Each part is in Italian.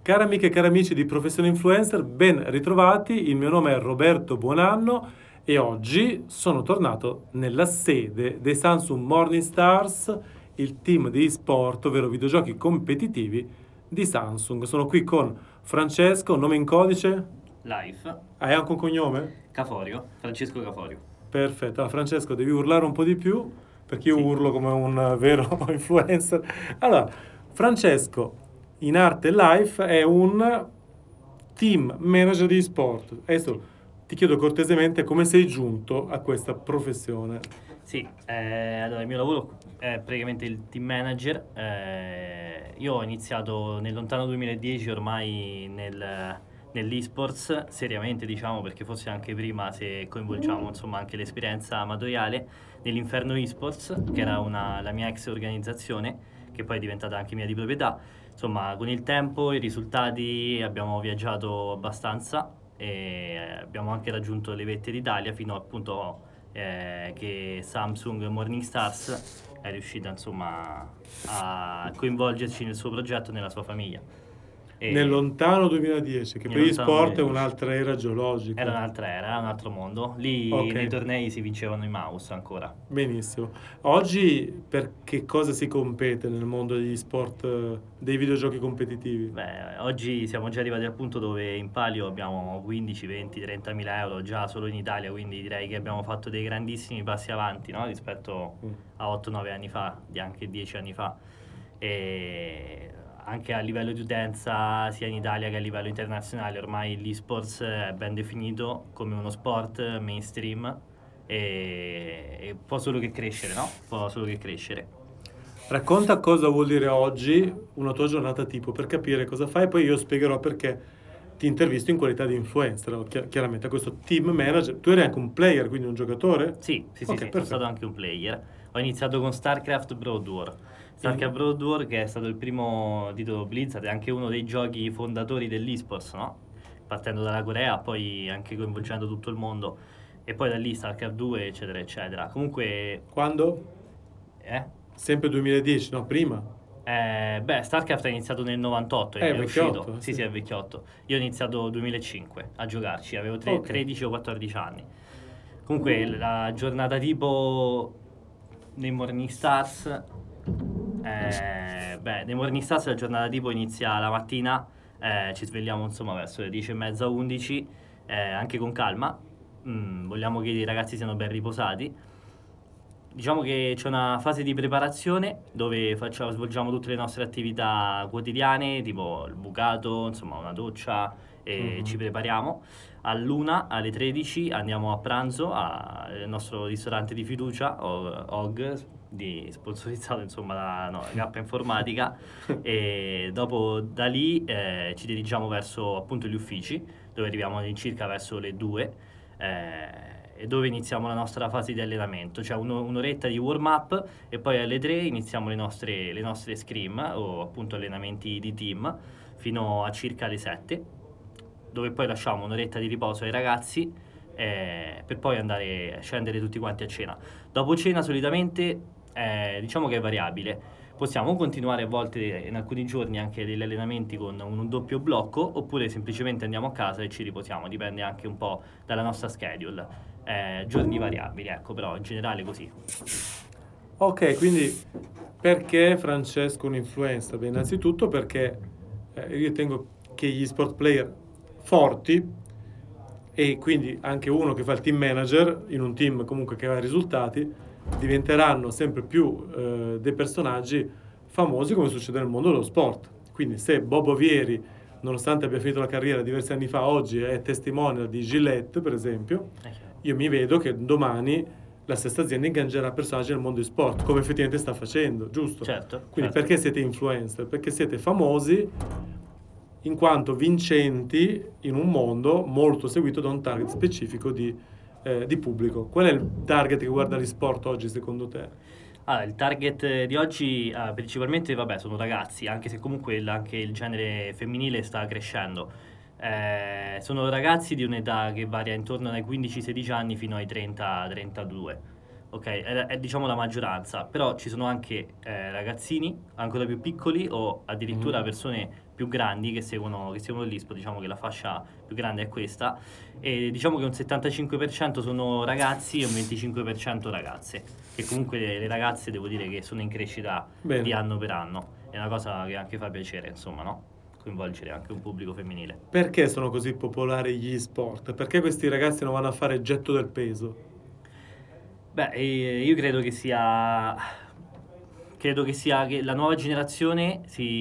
Cari amiche e cari amici di Professione Influencer, ben ritrovati, il mio nome è Roberto Buonanno e oggi sono tornato nella sede dei Samsung Morning Stars, il team di eSport, ovvero videogiochi competitivi di Samsung. Sono qui con Francesco, nome in codice? Life, Hai anche un cognome? Caforio, Francesco Caforio. Perfetto, allora, Francesco devi urlare un po' di più perché io Sì, urlo come un vero influencer. Allora, Francesco in arte life è un team manager di sport. sì, Adesso ti chiedo cortesemente come sei giunto a questa professione. sì. Allora il mio lavoro è praticamente il team manager. Io ho iniziato nel lontano 2010 ormai nell'esports, seriamente diciamo, perché forse anche prima se coinvolgiamo insomma anche l'esperienza amatoriale, nell'Inferno Esports, che era la mia ex organizzazione, che poi è diventata anche mia di proprietà. Insomma, con il tempo, i risultati, abbiamo viaggiato abbastanza e abbiamo anche raggiunto le vette d'Italia fino appunto che Samsung Morning Stars è riuscita insomma a coinvolgerci nel suo progetto e nella sua famiglia. Nel E lontano 2010, che nel per gli lontano sport è 2010. un'altra era Era geologica. un'altra era, era un altro mondo. Lì Ok. nei tornei si vincevano i mouse ancora. Benissimo. Oggi per che cosa si compete nel mondo degli sport, dei videogiochi competitivi? Beh, oggi siamo già arrivati al punto dove in palio abbiamo 15, 20, 30 mila euro già solo in Italia, quindi direi che abbiamo fatto dei grandissimi passi avanti, no? Rispetto Mm. a 8-9 anni fa, di anche 10 anni fa. E anche a livello di utenza, sia in Italia che a livello internazionale, ormai l'esports è ben definito come uno sport mainstream e può solo che crescere, no? Può solo che crescere. Racconta cosa vuol dire oggi una tua giornata tipo per capire cosa fai, poi io spiegherò perché ti intervisto in qualità di influencer, no? Chiaramente a questo team manager. Tu eri anche un player, quindi un giocatore? Sì, sì, sì, Ok, sì, sono stato perfetto. anche un player. Ho iniziato con StarCraft Brood War. In- StarCraft Brood War che è stato il primo titolo Blizzard e anche uno dei giochi fondatori dell'esports, no? Partendo dalla Corea, poi anche coinvolgendo tutto il mondo. E poi da lì StarCraft 2, eccetera, eccetera. Comunque, Quando? eh? Sempre 2010, no? Prima? Beh, StarCraft è iniziato nel 98, è uscito. Vecchiotto, Sì, sì, sì. è vecchiotto. Io ho iniziato nel 2005 a giocarci, avevo Ok. 13 o 14 anni. Comunque, la giornata tipo nei Morning Stars, nei Morning Stars la giornata tipo inizia la mattina, ci svegliamo insomma verso le 10 e mezza, 11, anche con calma. Vogliamo che i ragazzi siano ben riposati. Diciamo che c'è una fase di preparazione dove svolgiamo tutte le nostre attività quotidiane, tipo il bucato, insomma una doccia, e ci Mhm. prepariamo. All'una, alle 13 andiamo a pranzo al nostro ristorante di fiducia, OG, sponsorizzato insomma da no, K Informatica, e dopo da lì ci dirigiamo verso appunto gli uffici, dove arriviamo all'incirca verso le 2 e dove iniziamo la nostra fase di allenamento. C'è un'oretta di warm up e poi alle 3 iniziamo le nostre scrim o appunto allenamenti di team fino a circa le 7, dove poi lasciamo un'oretta di riposo ai ragazzi per poi andare a scendere tutti quanti a cena. Dopo cena solitamente diciamo che è variabile. Possiamo continuare a volte in alcuni giorni anche degli allenamenti con un doppio blocco oppure semplicemente andiamo a casa e ci riposiamo, dipende anche un po' dalla nostra schedule. Giorni variabili, ecco, però in generale così. Ok, quindi perché Francesco un influencer? Beh, innanzitutto perché io ritengo che gli sport player forti e quindi anche uno che fa il team manager in un team comunque che ha risultati diventeranno sempre più dei personaggi famosi come succede nel mondo dello sport. Quindi se Bobo Vieri, nonostante abbia finito la carriera diversi anni fa, oggi è testimonial di Gillette, per esempio, È chiaro. io mi vedo che domani la stessa azienda ingaggerà personaggi nel mondo di sport, come effettivamente sta facendo, giusto? Certo, Quindi certo. perché siete influencer? Perché siete famosi in quanto vincenti in un mondo molto seguito da un target specifico di pubblico. Qual è il target che guarda gli sport oggi secondo te? Allora, il target di oggi principalmente vabbè, sono ragazzi, anche se comunque anche il genere femminile sta crescendo. Sono ragazzi di un'età che varia intorno ai 15-16 anni fino ai 30-32. Ok, è, diciamo la maggioranza, però ci sono anche ragazzini ancora più piccoli o addirittura Mhm. persone più grandi che seguono l'e-sport, diciamo che la fascia più grande è questa, e diciamo che un 75% sono ragazzi e un 25% ragazze, che comunque le ragazze devo dire che sono in crescita Bene. di anno per anno, è una cosa che anche fa piacere, insomma, no? Coinvolgere anche un pubblico femminile. Perché sono così popolari gli e-sport? Perché questi ragazzi non vanno a fare getto del peso? Beh, io credo che la nuova generazione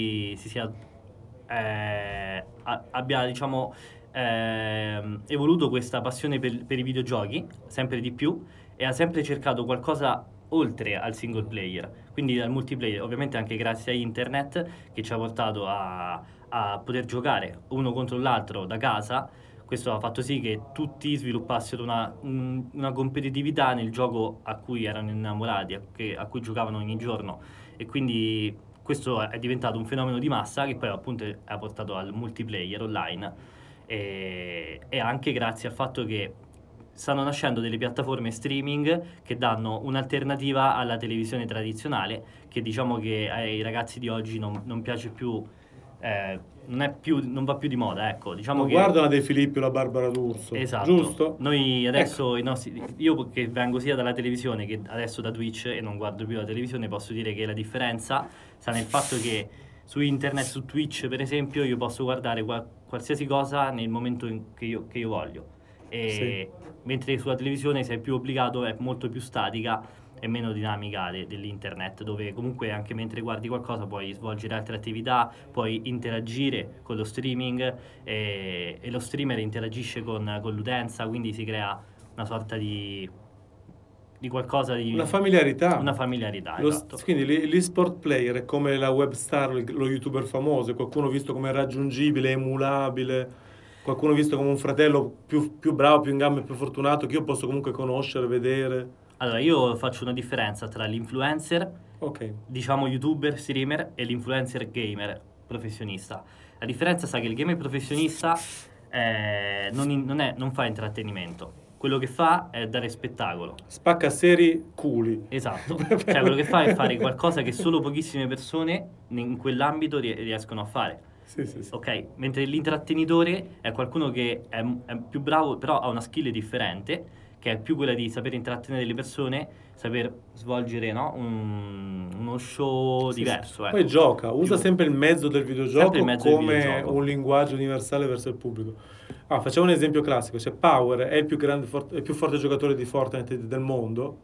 abbia, diciamo, evoluto questa passione per i videogiochi sempre di più e ha sempre cercato qualcosa oltre al single player, quindi al multiplayer, ovviamente anche grazie a internet che ci ha portato a poter giocare uno contro l'altro da casa. Questo ha fatto sì che tutti sviluppassero una competitività nel gioco a cui erano innamorati, a cui giocavano ogni giorno, e quindi questo è diventato un fenomeno di massa che poi appunto ha portato al multiplayer online, e anche grazie al fatto che stanno nascendo delle piattaforme streaming che danno un'alternativa alla televisione tradizionale, che diciamo che ai ragazzi di oggi non piace più, non va più di moda, ecco. Diciamo Non che guardano De Filippi o la Barbara D'Urso, esatto. giusto? Noi adesso io che vengo sia dalla televisione che adesso da Twitch e non guardo più la televisione, posso dire che la differenza sta nel fatto che su internet, su Twitch per esempio, io posso guardare qualsiasi cosa nel momento che io voglio. Mentre sulla televisione sei più obbligato, è molto più statica e meno dinamica dell'internet, dove comunque anche mentre guardi qualcosa puoi svolgere altre attività, puoi interagire con lo streaming, e lo streamer interagisce con l'utenza, quindi si crea una sorta di qualcosa di... Una familiarità. Una familiarità, esatto. Quindi l'e-sport player è come la web star, lo youtuber famoso, è qualcuno visto come raggiungibile, emulabile, qualcuno visto come un fratello più bravo, più in gamba e più fortunato, che io posso comunque conoscere, vedere. Allora, io faccio una differenza tra l'influencer, diciamo youtuber, streamer, e l'influencer gamer professionista. La differenza sta che il gamer professionista non fa intrattenimento. Quello che fa è dare spettacolo. Spacca seri culi. Esatto. Cioè, quello che fa è fare qualcosa che solo pochissime persone in quell'ambito riescono a fare. Sì. Ok? Mentre l'intrattenitore è qualcuno che è più bravo, però ha una skill differente, che è più quella di saper intrattenere le persone, saper svolgere, no? uno show diverso. Ecco. Poi usa sempre il mezzo del videogioco come un linguaggio universale verso il pubblico. Facciamo un esempio classico. Power è il più forte giocatore di Fortnite del mondo.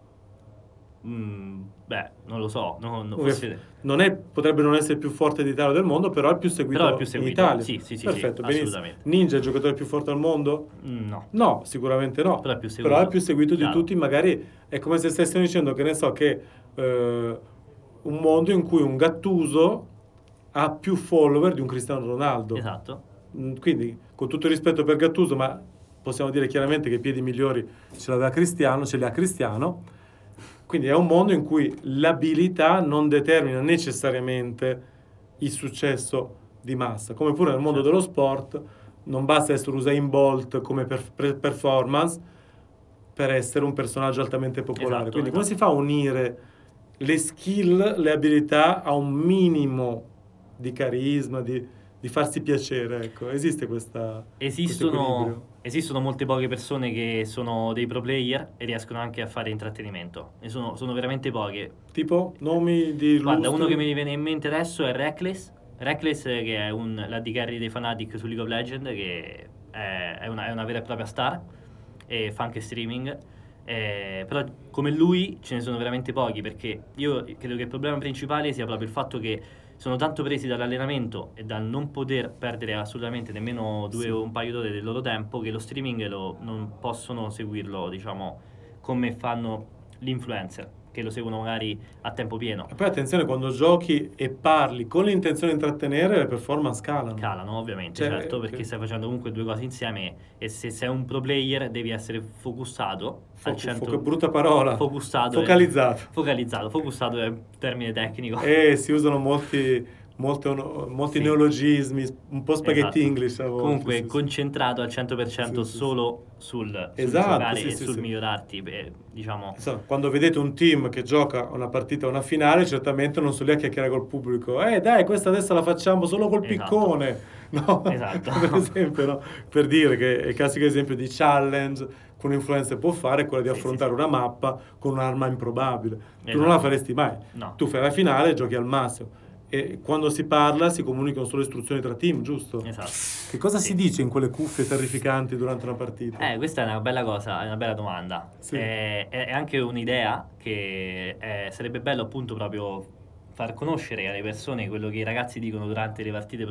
Beh, non lo so, potrebbe non essere il più forte d'Italia del mondo, però è il più seguito, in Italia. Sì, perfetto, benissimo. Assolutamente. Ninja è il giocatore più forte al mondo? No, sicuramente no. Però è più seguito di tutti. Magari è come se stessimo dicendo che ne so che un mondo in cui un Gattuso ha più follower di un Cristiano Ronaldo. Esatto. Quindi, con tutto il rispetto per Gattuso, ma possiamo dire chiaramente che i piedi migliori ce li ha Cristiano. Quindi è un mondo in cui l'abilità non determina necessariamente il successo di massa, come pure nel mondo dello sport non basta essere Usain Bolt come performance per essere un personaggio altamente popolare. Esatto, Quindi come si fa a unire le skill, le abilità a un minimo di carisma, di farsi piacere? Ecco, esiste questo equilibrio? Esistono molte poche persone che sono dei pro player e riescono anche a fare intrattenimento. E sono veramente poche. Tipo, nomi di Guarda, uno che mi viene in mente adesso è Reckless, che è l'AD carry dei Fnatic su League of Legends, che è una vera e propria star e fa anche streaming. Però come lui ce ne sono veramente pochi, perché io credo che il problema principale sia proprio il fatto che sono tanto presi dall'allenamento e dal non poter perdere assolutamente nemmeno un paio d'ore del loro tempo, che lo streaming non possono seguirlo, diciamo, come fanno gli influencer, che lo seguono magari a tempo pieno. E poi attenzione, quando giochi e parli con l'intenzione di intrattenere, le performance calano. Calano, ovviamente, certo, perché stai facendo comunque due cose insieme, e se sei un pro player devi essere focussato al 100%. Brutta parola. Focalizzato è un termine tecnico. Si usano molti molti Sì. neologismi, un po' spaghetti Esatto. English a volte. Comunque sì, sì. concentrato al 100% Sì, sì, solo sul Esatto, giocare sì, e sì, sul sì. migliorarti, diciamo. Insomma, quando vedete un team che gioca una partita, una finale, certamente non sono lì a chiacchierare col pubblico. Dai, questa adesso la facciamo solo col Esatto. piccone. No, Esatto. per esempio, no? Per dire che il classico esempio di challenge che un influencer può fare è quello di Sì, sì, affrontare sì. una mappa con un'arma improbabile. Tu non la Esatto. faresti mai. No. Tu fai la finale e giochi al massimo. E quando si parla si comunicano solo istruzioni tra team, giusto? Esatto. Che cosa Sì. si dice in quelle cuffie terrificanti durante una partita? Questa è una bella cosa, è una bella domanda. Sì. È anche un'idea che sarebbe bello appunto proprio far conoscere alle persone quello che i ragazzi dicono durante le partite,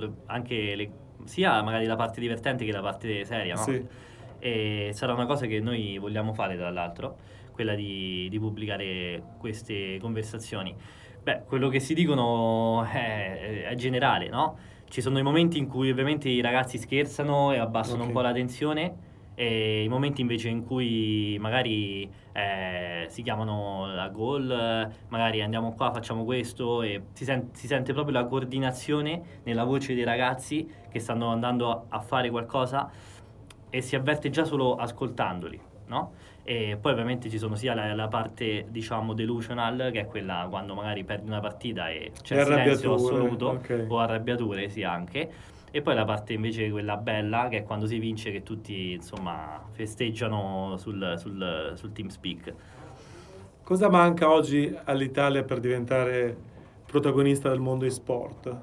sia magari la parte divertente che la parte seria, no? Sì. E sarà una cosa che noi vogliamo fare, tra l'altro, quella di pubblicare queste conversazioni. Beh, quello che si dicono è generale, no? Ci sono i momenti in cui ovviamente i ragazzi scherzano e abbassano un Ok. po' la tensione, e i momenti invece in cui magari si chiamano la goal, magari andiamo qua, facciamo questo, e si sente proprio la coordinazione nella voce dei ragazzi che stanno andando a fare qualcosa, e si avverte già solo ascoltandoli, no? E poi ovviamente ci sono sia la parte, diciamo, delusional, che è quella quando magari perdi una partita e c'è Le silenzio arrabbiature, assoluto, ok. o arrabbiature, sì, anche. E poi la parte invece quella bella, che è quando si vince, che tutti, insomma, festeggiano sul TeamSpeak. Cosa manca oggi all'Italia per diventare protagonista del mondo e-sport?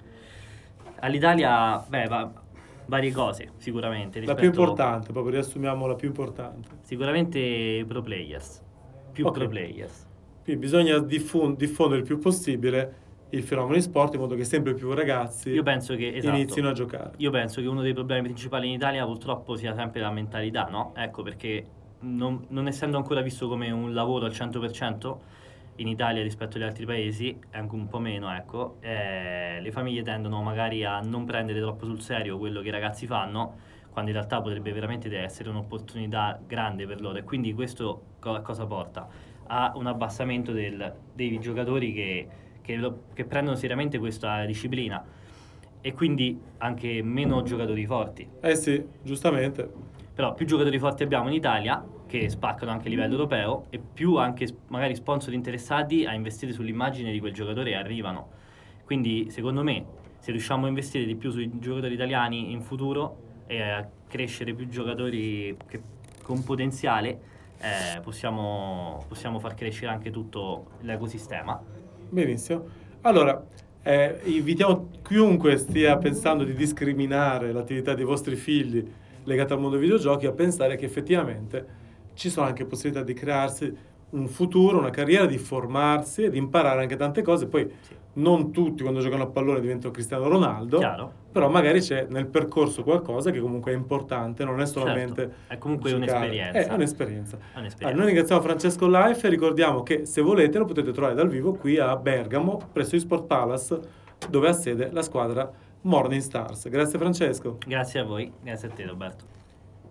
All'Italia, varie cose, sicuramente, La più rispetto. importante, proprio riassumiamo la più importante. Sicuramente pro players, più pro Ok, players. quindi bisogna diffondere il più possibile il fenomeno e-sport in modo che sempre più ragazzi Io penso che, inizino esatto, a giocare. io penso che uno dei problemi principali in Italia purtroppo sia sempre la mentalità, no? Ecco, perché non essendo ancora visto come un lavoro al 100% in Italia rispetto agli altri paesi, e anche un po' meno, ecco, le famiglie tendono magari a non prendere troppo sul serio quello che i ragazzi fanno, quando in realtà potrebbe veramente essere un'opportunità grande per loro. E quindi questo a cosa porta? A un abbassamento dei giocatori che prendono seriamente questa disciplina, e quindi anche meno giocatori forti. Eh sì, giustamente. Però più giocatori forti abbiamo in Italia, che spaccano anche a livello europeo, e più anche magari sponsor interessati a investire sull'immagine di quel giocatore e arrivano. Quindi secondo me, se riusciamo a investire di più sui giocatori italiani in futuro e a crescere più giocatori con potenziale, possiamo far crescere anche tutto l'ecosistema. Benissimo. Allora, invitiamo chiunque stia pensando di discriminare l'attività dei vostri figli legata al mondo dei videogiochi a pensare che effettivamente ci sono anche possibilità di crearsi un futuro, una carriera, di formarsi e di imparare anche tante cose. Poi Sì. non tutti quando giocano a pallone diventano Cristiano Ronaldo, Chiaro? però magari c'è nel percorso qualcosa che comunque è importante, non è solamente Certo, è comunque giocare. un'esperienza. È un'esperienza. È Allora, un'esperienza. noi ringraziamo Francesco Life e ricordiamo che se volete lo potete trovare dal vivo qui a Bergamo, presso eSport Palace, dove ha sede la squadra Morning Stars. Grazie Francesco. Grazie a voi, grazie a te Roberto.